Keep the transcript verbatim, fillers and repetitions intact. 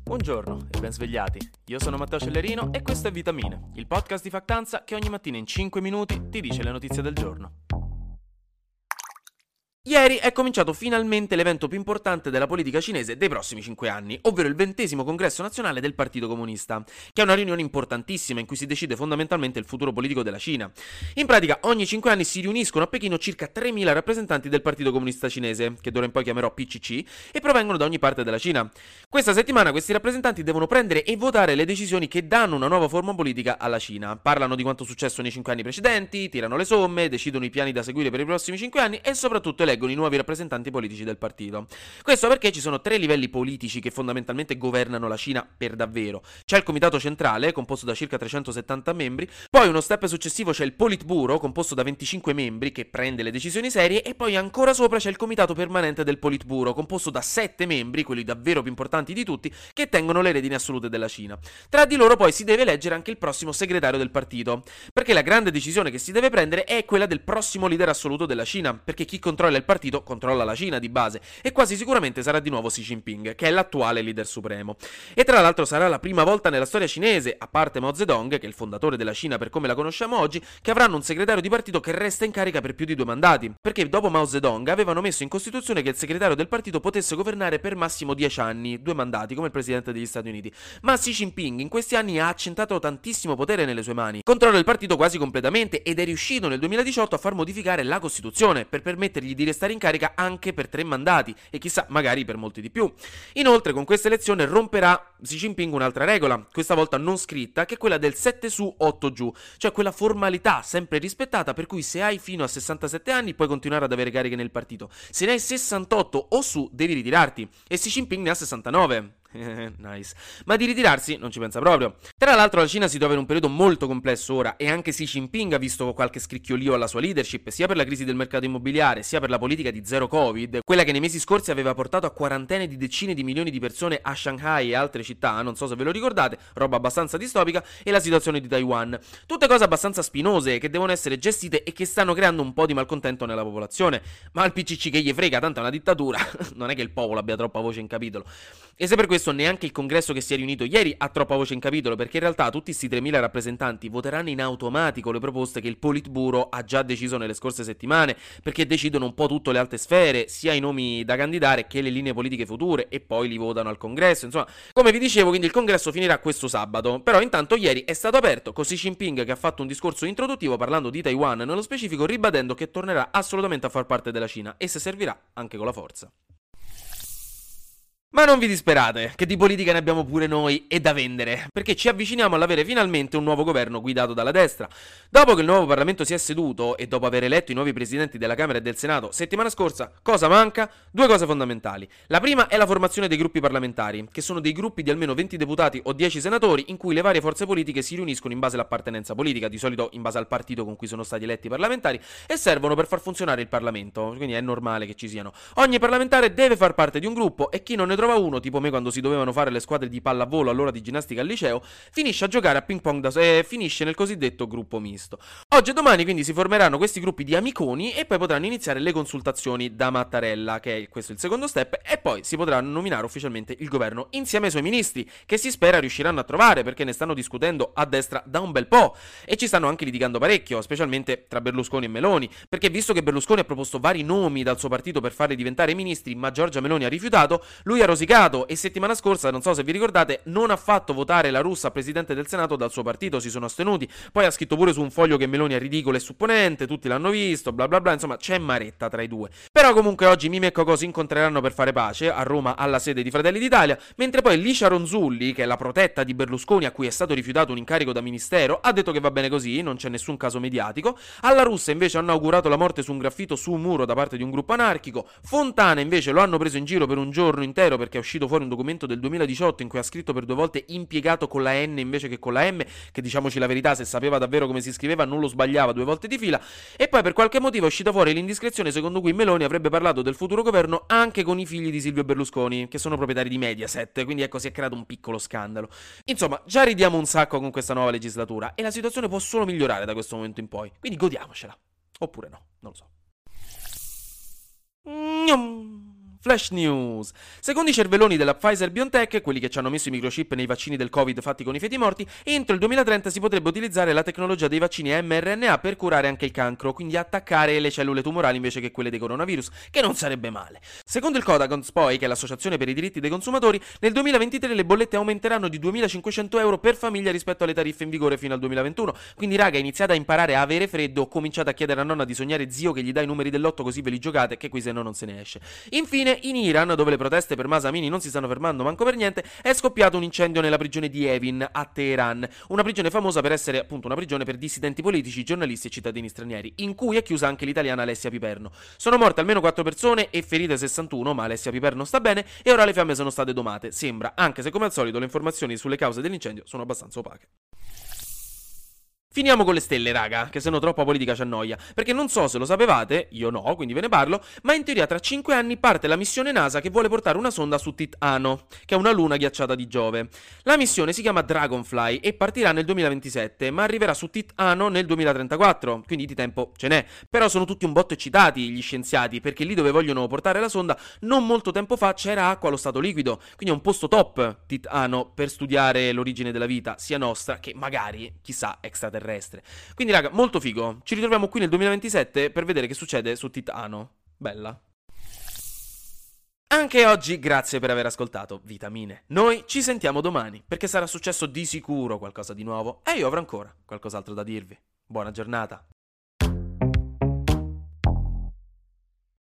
Buongiorno e ben svegliati, io sono Matteo Cellerino e questo è Vitamine, il podcast di Factanza che ogni mattina in cinque minuti ti dice le notizie del giorno. Ieri è cominciato finalmente l'evento più importante della politica cinese dei prossimi cinque anni, ovvero il ventesimo congresso nazionale del Partito Comunista, che è una riunione importantissima in cui si decide fondamentalmente il futuro politico della Cina. In pratica ogni cinque anni si riuniscono a Pechino circa tremila rappresentanti del Partito Comunista Cinese, che d'ora in poi chiamerò P C C, e provengono da ogni parte della Cina. Questa settimana questi rappresentanti devono prendere e votare le decisioni che danno una nuova forma politica alla Cina. Parlano di quanto successo nei cinque anni precedenti, tirano le somme, decidono i piani da seguire per i prossimi cinque anni e soprattutto eleggono i nuovi rappresentanti politici del partito. Questo perché ci sono tre livelli politici che fondamentalmente governano la Cina per davvero. C'è il comitato centrale, composto da circa trecentosettanta membri, poi uno step successivo c'è il Politburo, composto da venticinque membri, che prende le decisioni serie, e poi ancora sopra c'è il comitato permanente del Politburo, composto da sette membri, quelli davvero più importanti di tutti, che tengono le redini assolute della Cina. Tra di loro poi si deve eleggere anche il prossimo segretario del partito, perché la grande decisione che si deve prendere è quella del prossimo leader assoluto della Cina, perché chi controlla il partito controlla la Cina di base, e quasi sicuramente sarà di nuovo Xi Jinping, che è l'attuale leader supremo. E tra l'altro sarà la prima volta nella storia cinese, a parte Mao Zedong, che è il fondatore della Cina per come la conosciamo oggi, che avranno un segretario di partito che resta in carica per più di due mandati, perché dopo Mao Zedong avevano messo in Costituzione che il segretario del partito potesse governare per massimo dieci anni, due mandati, come il presidente degli Stati Uniti. Ma Xi Jinping in questi anni ha accentato tantissimo potere nelle sue mani, controlla il partito quasi completamente ed è riuscito nel duemiladiciotto a far modificare la Costituzione per permettergli di restare in carica anche per tre mandati e chissà magari per molti di più. Inoltre con questa elezione romperà Xi Jinping un'altra regola, questa volta non scritta, che è quella del sette su otto giù, cioè quella formalità sempre rispettata per cui se hai fino a sessantasette anni puoi continuare ad avere cariche nel partito, se ne hai sessantotto o su devi ritirarti, e Xi Jinping ne ha sessantanove. Nice. Ma di ritirarsi non ci pensa proprio. Tra l'altro la Cina si trova in un periodo molto complesso ora, e anche Xi Jinping ha visto qualche scricchiolio alla sua leadership, sia per la crisi del mercato immobiliare, sia per la politica di zero Covid, quella che nei mesi scorsi aveva portato a quarantene di decine di milioni di persone a Shanghai e altre città, non so se ve lo ricordate, roba abbastanza distopica, e la situazione di Taiwan. Tutte cose abbastanza spinose che devono essere gestite e che stanno creando un po' di malcontento nella popolazione. Ma al P C C che gli frega, tanto è una dittatura, non è che il popolo abbia troppa voce in capitolo. E se per questo neanche il congresso che si è riunito ieri ha troppa voce in capitolo, perché in realtà tutti questi tremila rappresentanti voteranno in automatico le proposte che il Politburo ha già deciso nelle scorse settimane, perché decidono un po' tutte le alte sfere, sia i nomi da candidare che le linee politiche future, e poi li votano al congresso. Insomma, come vi dicevo, quindi il congresso finirà questo sabato, però intanto ieri è stato aperto con Xi Jinping che ha fatto un discorso introduttivo parlando di Taiwan nello specifico, ribadendo che tornerà assolutamente a far parte della Cina e se servirà anche con la forza. Ma non vi disperate, che di politica ne abbiamo pure noi e da vendere, perché ci avviciniamo all'avere finalmente un nuovo governo guidato dalla destra. Dopo che il nuovo Parlamento si è seduto e dopo aver eletto i nuovi presidenti della Camera e del Senato settimana scorsa, cosa manca? Due cose fondamentali. La prima è la formazione dei gruppi parlamentari, che sono dei gruppi di almeno venti deputati o dieci senatori in cui le varie forze politiche si riuniscono in base all'appartenenza politica, di solito in base al partito con cui sono stati eletti i parlamentari, e servono per far funzionare il Parlamento, quindi è normale che ci siano. Ogni parlamentare deve far parte di un gruppo e chi non ne trova uno, tipo me quando si dovevano fare le squadre di pallavolo all'ora di ginnastica al liceo, finisce a giocare a ping pong da e eh, finisce nel cosiddetto gruppo misto. Oggi e domani quindi si formeranno questi gruppi di amiconi e poi potranno iniziare le consultazioni da Mattarella, che è questo il secondo step, e poi si potrà nominare ufficialmente il governo insieme ai suoi ministri, che si spera riusciranno a trovare, perché ne stanno discutendo a destra da un bel po' e ci stanno anche litigando parecchio, specialmente tra Berlusconi e Meloni, perché visto che Berlusconi ha proposto vari nomi dal suo partito per farli diventare ministri, ma Giorgia Meloni ha rifiutato, lui ha rosicato e settimana scorsa, non so se vi ricordate, non ha fatto votare la Russa presidente del Senato dal suo partito, si sono astenuti, poi ha scritto pure su un foglio che Meloni è ridicola e supponente, tutti l'hanno visto, bla bla bla, insomma c'è maretta tra i due. Però comunque oggi Mime e Cocò si incontreranno per fare pace a Roma alla sede di Fratelli d'Italia, mentre poi Licia Ronzulli, che è la protetta di Berlusconi a cui è stato rifiutato un incarico da ministero, ha detto che va bene così, non c'è nessun caso mediatico. Alla Russa invece hanno augurato la morte su un graffito su un muro da parte di un gruppo anarchico. Fontana invece lo hanno preso in giro per un giorno intero perché è uscito fuori un documento del duemiladiciotto in cui ha scritto per due volte impiegato con la N invece che con la M, che diciamoci la verità, se sapeva davvero come si scriveva non lo sbagliava due volte di fila. E poi per qualche motivo è uscita fuori l'indiscrezione secondo cui Meloni avrebbe parlato del futuro governo anche con i figli di Silvio Berlusconi, che sono proprietari di Mediaset, quindi ecco si è creato un piccolo scandalo. Insomma, già ridiamo un sacco con questa nuova legislatura e la situazione può solo migliorare da questo momento in poi, quindi godiamocela. Oppure no, non lo so. Flash News. Secondo i cervelloni della Pfizer-BioNTech, quelli che ci hanno messo i microchip nei vaccini del Covid fatti con i feti morti, entro il duemilatrenta si potrebbe utilizzare la tecnologia dei vaccini mRNA per curare anche il cancro, quindi attaccare le cellule tumorali invece che quelle dei coronavirus, che non sarebbe male. Secondo il Codacons, poi, che è l'associazione per i diritti dei consumatori, nel duemilaventitré le bollette aumenteranno di duemilacinquecento euro per famiglia rispetto alle tariffe in vigore fino al duemilaventuno. Quindi raga, iniziate a imparare a avere freddo, cominciate a chiedere a nonna di sognare zio che gli dà i numeri dell'otto così ve li giocate, che qui se no non se ne esce. Infine, in Iran, dove le proteste per Mahsa Amini non si stanno fermando manco per niente, è scoppiato un incendio nella prigione di Evin, a Teheran, una prigione famosa per essere appunto una prigione per dissidenti politici, giornalisti e cittadini stranieri, in cui è chiusa anche l'italiana Alessia Piperno. Sono morte almeno quattro persone e ferite sessantuno, ma Alessia Piperno sta bene e ora le fiamme sono state domate, sembra, anche se come al solito le informazioni sulle cause dell'incendio sono abbastanza opache. Finiamo con le stelle, raga, che se no troppa politica ci annoia, perché non so se lo sapevate, io no, quindi ve ne parlo, ma in teoria tra cinque anni parte la missione NASA che vuole portare una sonda su Titano, che è una luna ghiacciata di Giove. La missione si chiama Dragonfly e partirà nel duemilaventisette, ma arriverà su Titano nel duemilatrentaquattro, quindi di tempo ce n'è. Però sono tutti un botto eccitati gli scienziati, perché lì dove vogliono portare la sonda non molto tempo fa c'era acqua allo stato liquido, quindi è un posto top Titano per studiare l'origine della vita, sia nostra che magari, chissà, extraterrestre. Quindi raga, molto figo. Ci ritroviamo qui nel duemilaventisette per vedere che succede su Titano. Bella. Anche oggi grazie per aver ascoltato Vitamine. Noi ci sentiamo domani, perché sarà successo di sicuro qualcosa di nuovo e io avrò ancora qualcos'altro da dirvi. Buona giornata.